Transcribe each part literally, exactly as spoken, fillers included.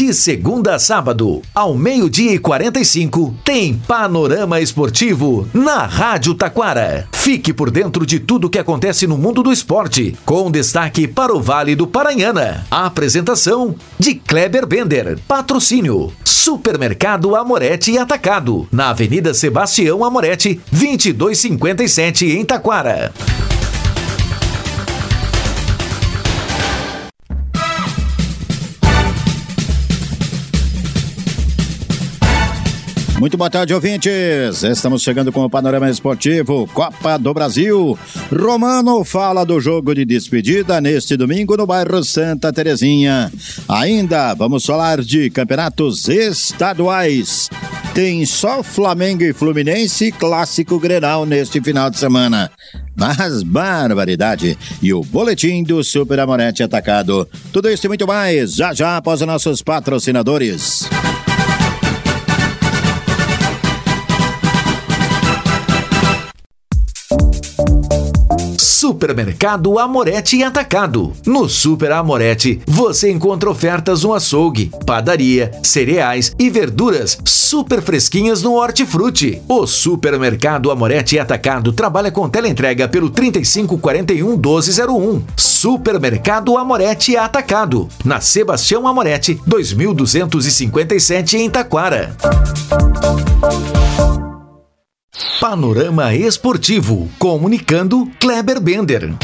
De segunda a sábado, ao meio-dia e quarenta e cinco, tem Panorama Esportivo na Rádio Taquara. Fique por dentro de tudo que acontece no mundo do esporte, com destaque para o Vale do Paranhana. A apresentação de Kleber Bender. Patrocínio Supermercado Amorete e Atacado, na Avenida Sebastião Amorete, vinte e dois cinquenta e sete, em Taquara. Muito boa tarde, ouvintes. Estamos chegando com o Panorama Esportivo Copa do Brasil. Romano fala do jogo de despedida neste domingo no bairro Santa Terezinha. Ainda vamos falar de campeonatos estaduais. Tem só Flamengo e Fluminense Clássico Grenal neste final de semana. Mas barbaridade. E o boletim do Super Amorete Atacado. Tudo isso e muito mais já já após os nossos patrocinadores. Supermercado Amorete e Atacado. No Super Amorete, você encontra ofertas no açougue, padaria, cereais e verduras super fresquinhas no Hortifruti. O Supermercado Amorete e Atacado trabalha com teleentrega pelo trinta e cinco quarenta e um doze zero um. Supermercado Amorete e Atacado, na Sebastião Amorete, dois mil duzentos e cinquenta e sete, em Taquara. Panorama Esportivo, comunicando Kleber Bender.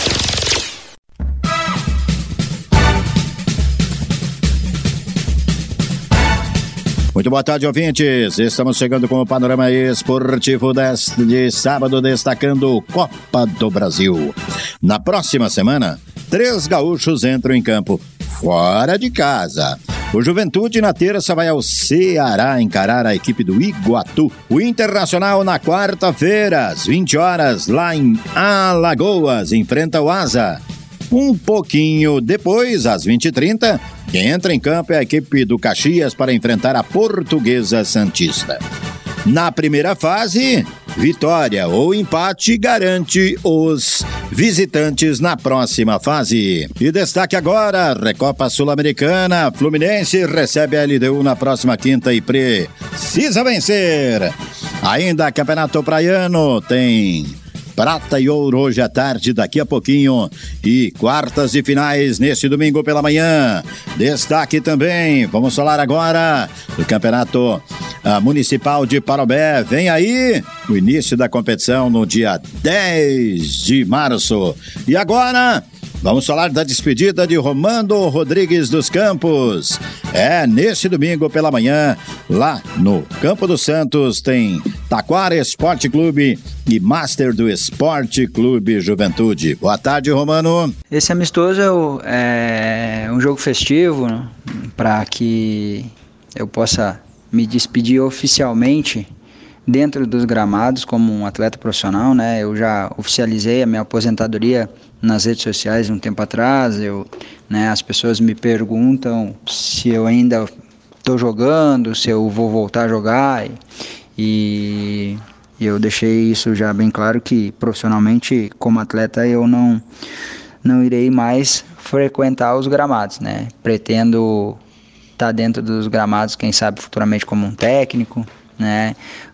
Muito boa tarde, ouvintes. Estamos chegando com o Panorama Esportivo deste, de sábado, destacando Copa do Brasil. Na próxima semana, três gaúchos entram em campo fora de casa. O Juventude na terça vai ao Ceará encarar a equipe do Iguatu. O Internacional na quarta-feira, às vinte horas, lá em Alagoas, enfrenta o Asa. Um pouquinho depois, às vinte e trinta, quem entra em campo é a equipe do Caxias para enfrentar a Portuguesa Santista. Na primeira fase, vitória ou empate garante os visitantes na próxima fase. E destaque agora, Recopa Sul-Americana, Fluminense recebe a L D U na próxima quinta e precisa vencer. Ainda Campeonato Praiano tem prata e ouro hoje à tarde, daqui a pouquinho, e quartas e finais neste domingo pela manhã. Destaque também, vamos falar agora do Campeonato uh, Municipal de Parobé. Vem aí o início da competição no dia dez de março. E agora vamos falar da despedida de Romando Rodrigues dos Campos. É, neste domingo pela manhã, lá no Campo dos Santos, tem Taquara Esporte Clube e Master do Esporte Clube Juventude. Boa tarde, Romano. Esse amistoso é, é um jogo festivo, né, para que eu possa me despedir oficialmente dentro dos gramados como um atleta profissional, né? Eu já oficializei a minha aposentadoria nas redes sociais um tempo atrás. Eu, né, as pessoas me perguntam se eu ainda estou jogando, se eu vou voltar a jogar, e, e eu deixei isso já bem claro que profissionalmente como atleta eu não, não irei mais frequentar os gramados, né? Pretendo estar dentro dos gramados, quem sabe futuramente como um técnico, né?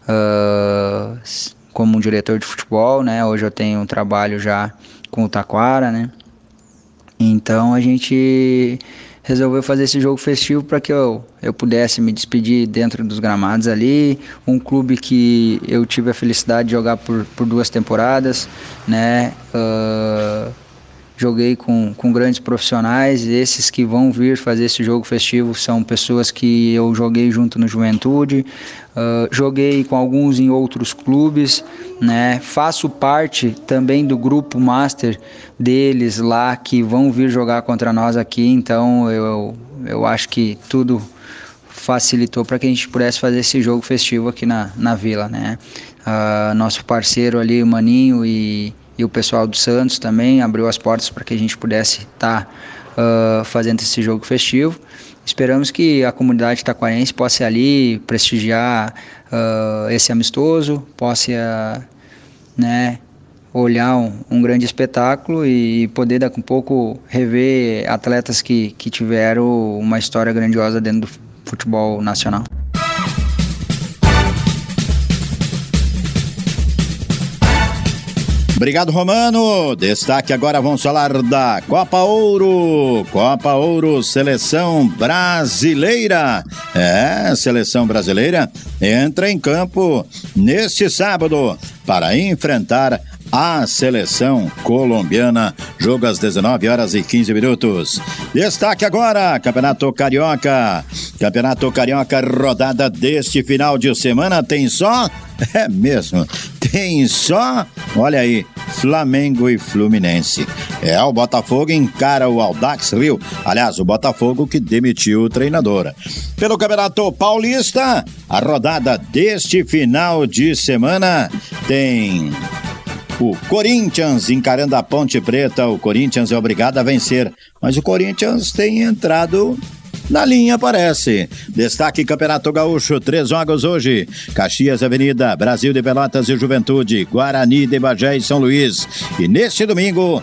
Uh, como um diretor de futebol, né? Hoje eu tenho um trabalho já com o Taquara, né? Então a gente resolveu fazer esse jogo festivo para que eu, eu pudesse me despedir dentro dos gramados ali. Um clube que eu tive a felicidade de jogar por, por duas temporadas, né? Uh, joguei com, com grandes profissionais. Esses que vão vir fazer esse jogo festivo são pessoas que eu joguei junto no Juventude, uh, joguei com alguns em outros clubes, né? Faço parte também do grupo Master deles lá, que vão vir jogar contra nós aqui. Então eu, eu acho que tudo facilitou para que a gente pudesse fazer esse jogo festivo aqui na, na Vila, né? Uh, nosso parceiro ali, o Maninho, e E o pessoal do Santos também abriu as portas para que a gente pudesse estar tá, uh, fazendo esse jogo festivo. Esperamos que a comunidade taquarense possa ir ali prestigiar uh, esse amistoso, possa, né, olhar um, um grande espetáculo e poder daqui a um pouco rever atletas que, que tiveram uma história grandiosa dentro do futebol nacional. Obrigado, Romano. Destaque agora, vamos falar da Copa Ouro. Copa Ouro, Seleção Brasileira. É, Seleção Brasileira entra em campo neste sábado para enfrentar a seleção colombiana. Jogo às dezenove horas e quinze minutos. Destaque agora, Campeonato Carioca. Campeonato Carioca, rodada deste final de semana tem só... É mesmo, tem só, olha aí, Flamengo e Fluminense. É, o Botafogo encara o Audax Rio. Aliás, o Botafogo que demitiu o treinador. Pelo Campeonato Paulista, a rodada deste final de semana tem... O Corinthians encarando a Ponte Preta. O Corinthians é obrigado a vencer, mas o Corinthians tem entrado na linha, parece. Destaque Campeonato Gaúcho, três jogos hoje: Caxias, Avenida, Brasil de Pelotas e Juventude, Guarani de Bagé e São Luís. E neste domingo,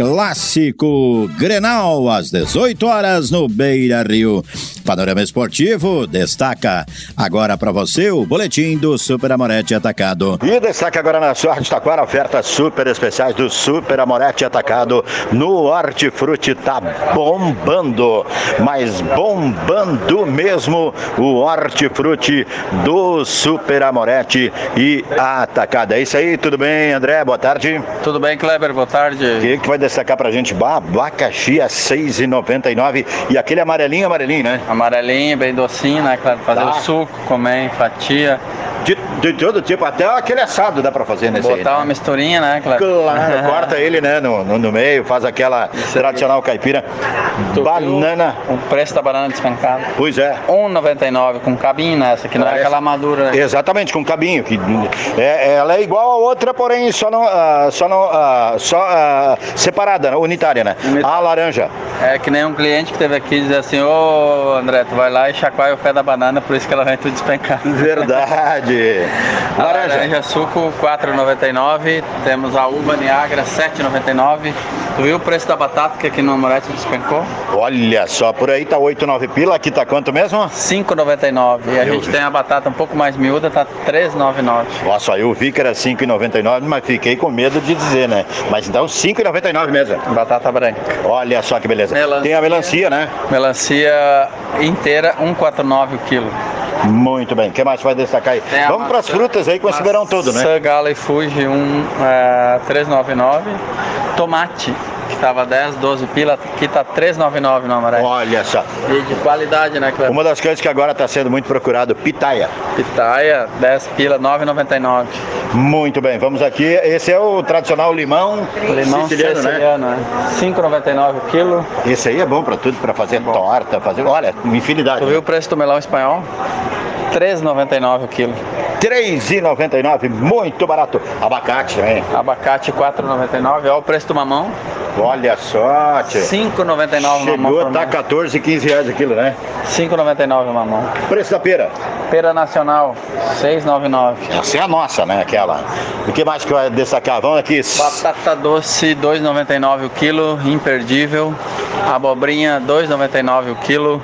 Clássico Grenal, às dezoito horas no Beira Rio. Panorama Esportivo destaca agora para você o boletim do Super Amorete Atacado. E destaque agora na sua Rádio Taquara, ofertas super especiais do Super Amorete Atacado no Hortifruti. Tá bombando, mas bombando mesmo o Hortifruti do Super Amorete e Atacado. É isso aí, tudo bem, André? Boa tarde. Tudo bem, Kleber? Boa tarde. O que, que vai destacar pra gente? Abacaxi a seis reais e noventa e nove centavos e aquele amarelinho, amarelinho, né? Amarelinho, bem docinho, né, Kleber? Fazer tá. O suco, comer em fatia. De, de todo tipo, até aquele assado dá pra fazer nesse Botar aí, né? uma misturinha, né, Kleber? Claro, corta ele, né, no, no, no meio, faz aquela Isso tradicional aqui. Caipira. Tu banana. O preço da banana despencada. Pois é. um real e noventa e nove centavos com cabinho nessa, que não Parece. É aquela madura. Né? Exatamente, com cabinho. Que é, ela é igual a outra, porém só não, uh, só, não, uh, só uh, separada, unitária, né? A laranja. É que nem um cliente que teve aqui dizer assim: ô André, tu vai lá e chacoalha o pé da banana, por isso que ela vem tudo despencada. Verdade. Laranja. Laranja suco quatro reais e noventa e nove centavos. Temos a uva Niagara sete reais e noventa e nove centavos. Tu viu o preço da batata que aqui no Amorete despencou? Olha só, por aí tá oito, nove pila, aqui tá quanto mesmo? cinco reais e noventa e nove centavos. E a eu gente vi. Tem a batata um pouco mais miúda, tá três reais e noventa e nove centavos. Nossa, eu vi que era cinco reais e noventa e nove centavos, mas fiquei com medo de dizer, né? Mas então cinco reais e noventa e nove centavos mesmo. Batata branca. Olha só que beleza. Melancia, tem a melancia, né? Melancia inteira, um real e quarenta e nove centavos o quilo. Muito bem, o que mais vai destacar aí? Tem Vamos para as frutas aí com esse verão todo, né? Maçã, Gala e Fuji, um, é, três reais e noventa e nove centavos. Tomate, que estava dez, doze pila, aqui tá três reais e noventa e nove centavos no Amarelo. Olha só. E de qualidade, né, Cleber? Uma das coisas que agora está sendo muito procurado, pitaia. Pitaia, dez pila, nove reais e noventa e nove centavos. Muito bem, vamos aqui. Esse é o tradicional limão, limão siciliano, siciliano, né? né? cinco reais e noventa e nove centavos o quilo. Esse aí é bom para tudo, para fazer bom. torta, fazer, olha, infinidade. Tu viu o preço do melão espanhol? três reais e noventa e nove centavos o quilo. três reais e noventa e nove centavos, muito barato. Abacate, hein? Abacate quatro reais e noventa e nove centavos. Olha o preço do mamão. Olha só, tia. cinco reais e noventa e nove centavos o mamão. Chegou, tá quatorze, quinze reais o quilo, né? cinco reais e noventa e nove centavos o mamão. Preço da pera? Pera nacional, seis reais e noventa e nove centavos. Essa é a nossa, né? Aquela. O que mais que vai destacar? Vamos aqui. Batata doce, dois reais e noventa e nove centavos o quilo, imperdível. Abobrinha, dois reais e noventa e nove centavos o quilo.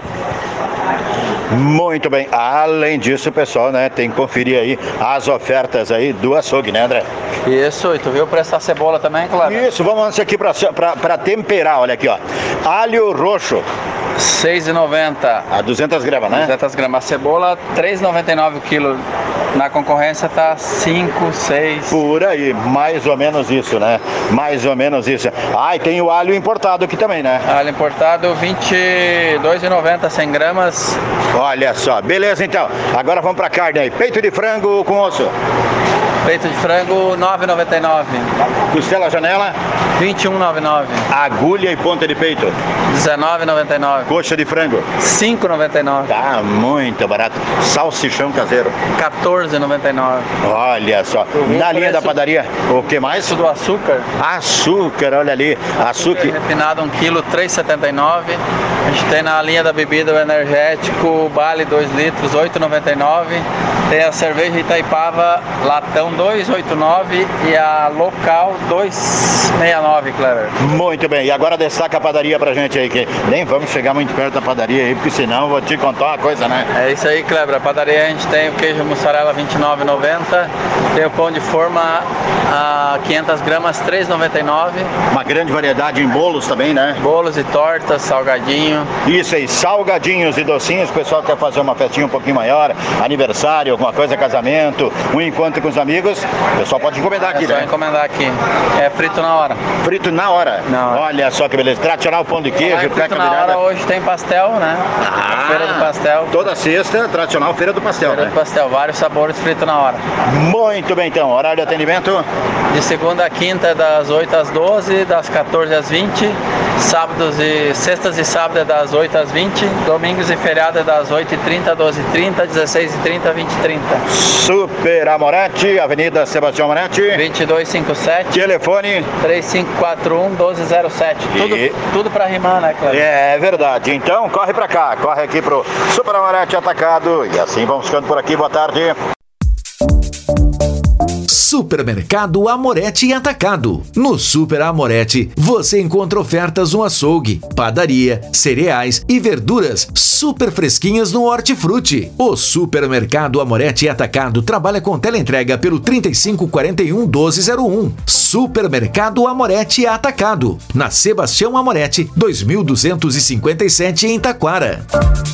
Muito bem, além disso, pessoal, né, tem que conferir aí as ofertas aí do açougue, né, André? Isso, e tu viu o preço da cebola também, claro? Isso, vamos antes aqui para temperar, olha aqui, ó. Alho roxo. seis reais e noventa centavos. A duzentas gramas, né? duzentas gramas. A cebola, três reais e noventa e nove centavos o quilo. Na concorrência tá cinco, seis. Por aí, mais ou menos isso, né? Mais ou menos isso. Ah, e tem o alho importado aqui também, né? Alho importado, vinte e dois reais e noventa centavos, cem gramas. Olha só, beleza então. Agora vamos pra carne aí. Peito de frango com osso. Peito de frango, nove reais e noventa e nove centavos. Costela janela, vinte e um reais e noventa e nove centavos. Agulha e ponta de peito, dezenove reais e noventa e nove centavos. Coxa de frango, cinco reais e noventa e nove centavos. Tá muito barato. Salsichão caseiro, quatorze reais e noventa e nove centavos. Olha só. Na linha da padaria, o que mais? Isso do açúcar. Açúcar, olha ali. Açúcar refinado, um quilo, três reais e setenta e nove centavos. A gente tem na linha da bebida o energético, Bale dois litros, oito reais e noventa e nove centavos. Tem a cerveja Itaipava latão dois e oitenta e nove e a local dois e sessenta e nove, Cleber. Muito bem, e agora destaca a padaria pra gente aí, que nem vamos chegar muito perto da padaria aí, porque senão eu vou te contar uma coisa, né? É isso aí, Cleber. A padaria a gente tem o queijo mussarela vinte e nove reais e noventa centavos, tem o pão de forma a quinhentas gramas três reais e noventa e nove centavos. Uma grande variedade em bolos também, né? Bolos e tortas, salgadinho. Isso aí, salgadinhos e docinhos. O pessoal quer fazer uma festinha um pouquinho maior, aniversário, alguma coisa, casamento, um encontro com os amigos, o pessoal pode encomendar aqui, é só né? encomendar aqui. É frito na hora. Frito na hora? Na hora. Olha só que beleza. Tradicional pão de queijo, é frito na hora. Hoje tem pastel, né? Ah, Feira do pastel. Toda sexta, tradicional Feira do Pastel, Feira né? do pastel, vários sabores frito na hora. Muito bem, então. Horário de atendimento? De segunda a quinta, das oito às doze, das quatorze às vinte. Sábados e sextas e sábados é das oito às vinte. Domingos e feriados é das oito e trinta, doze e trinta, dezesseis e trinta, vinte e trinta. Super Amoretti, Avenida Sebastião Amoretti. vinte e dois cinquenta e sete. Telefone? três cinco quatro um, um dois zero sete. E... Tudo, tudo pra rimar, né, Cleber? É verdade. Então, corre pra cá. Corre aqui pro Super Amoretti Atacado. E assim vamos ficando por aqui. Boa tarde. Supermercado Amoretti Atacado. No Super Amoretti, você encontra ofertas no açougue, padaria, cereais e verduras super fresquinhas no Hortifruti. O Supermercado Amoretti Atacado trabalha com teleentrega pelo trinta e cinco quarenta e um, doze zero um. Supermercado Amoretti Atacado. Na Sebastião Amoretti, dois mil duzentos e cinquenta e sete em Taquara.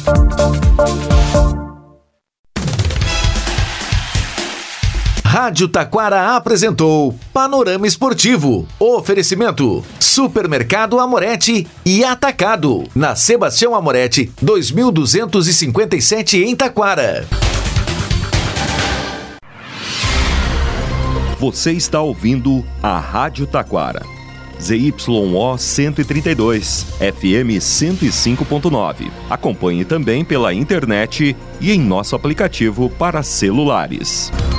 Rádio Taquara apresentou Panorama Esportivo. Oferecimento: Supermercado Amoretti e Atacado. Na Sebastião Amoretti, dois mil duzentos e cinquenta e sete em Taquara. Você está ouvindo a Rádio Taquara. Z Y O cento e trinta e dois, F M cento e cinco ponto nove. Acompanhe também pela internet e em nosso aplicativo para celulares.